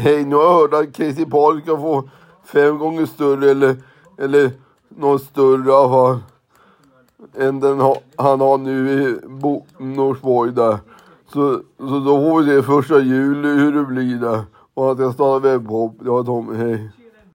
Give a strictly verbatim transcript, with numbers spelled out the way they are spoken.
hej, nu har jag hört att Casey Paul ska få fem gånger större eller, eller något större i alla fall än den ha, han har nu i Bo, Norsborg där. Så, så då får vi se första juli hur det blir där. Och att jag stannar webbhopp. Det var Tom, hej.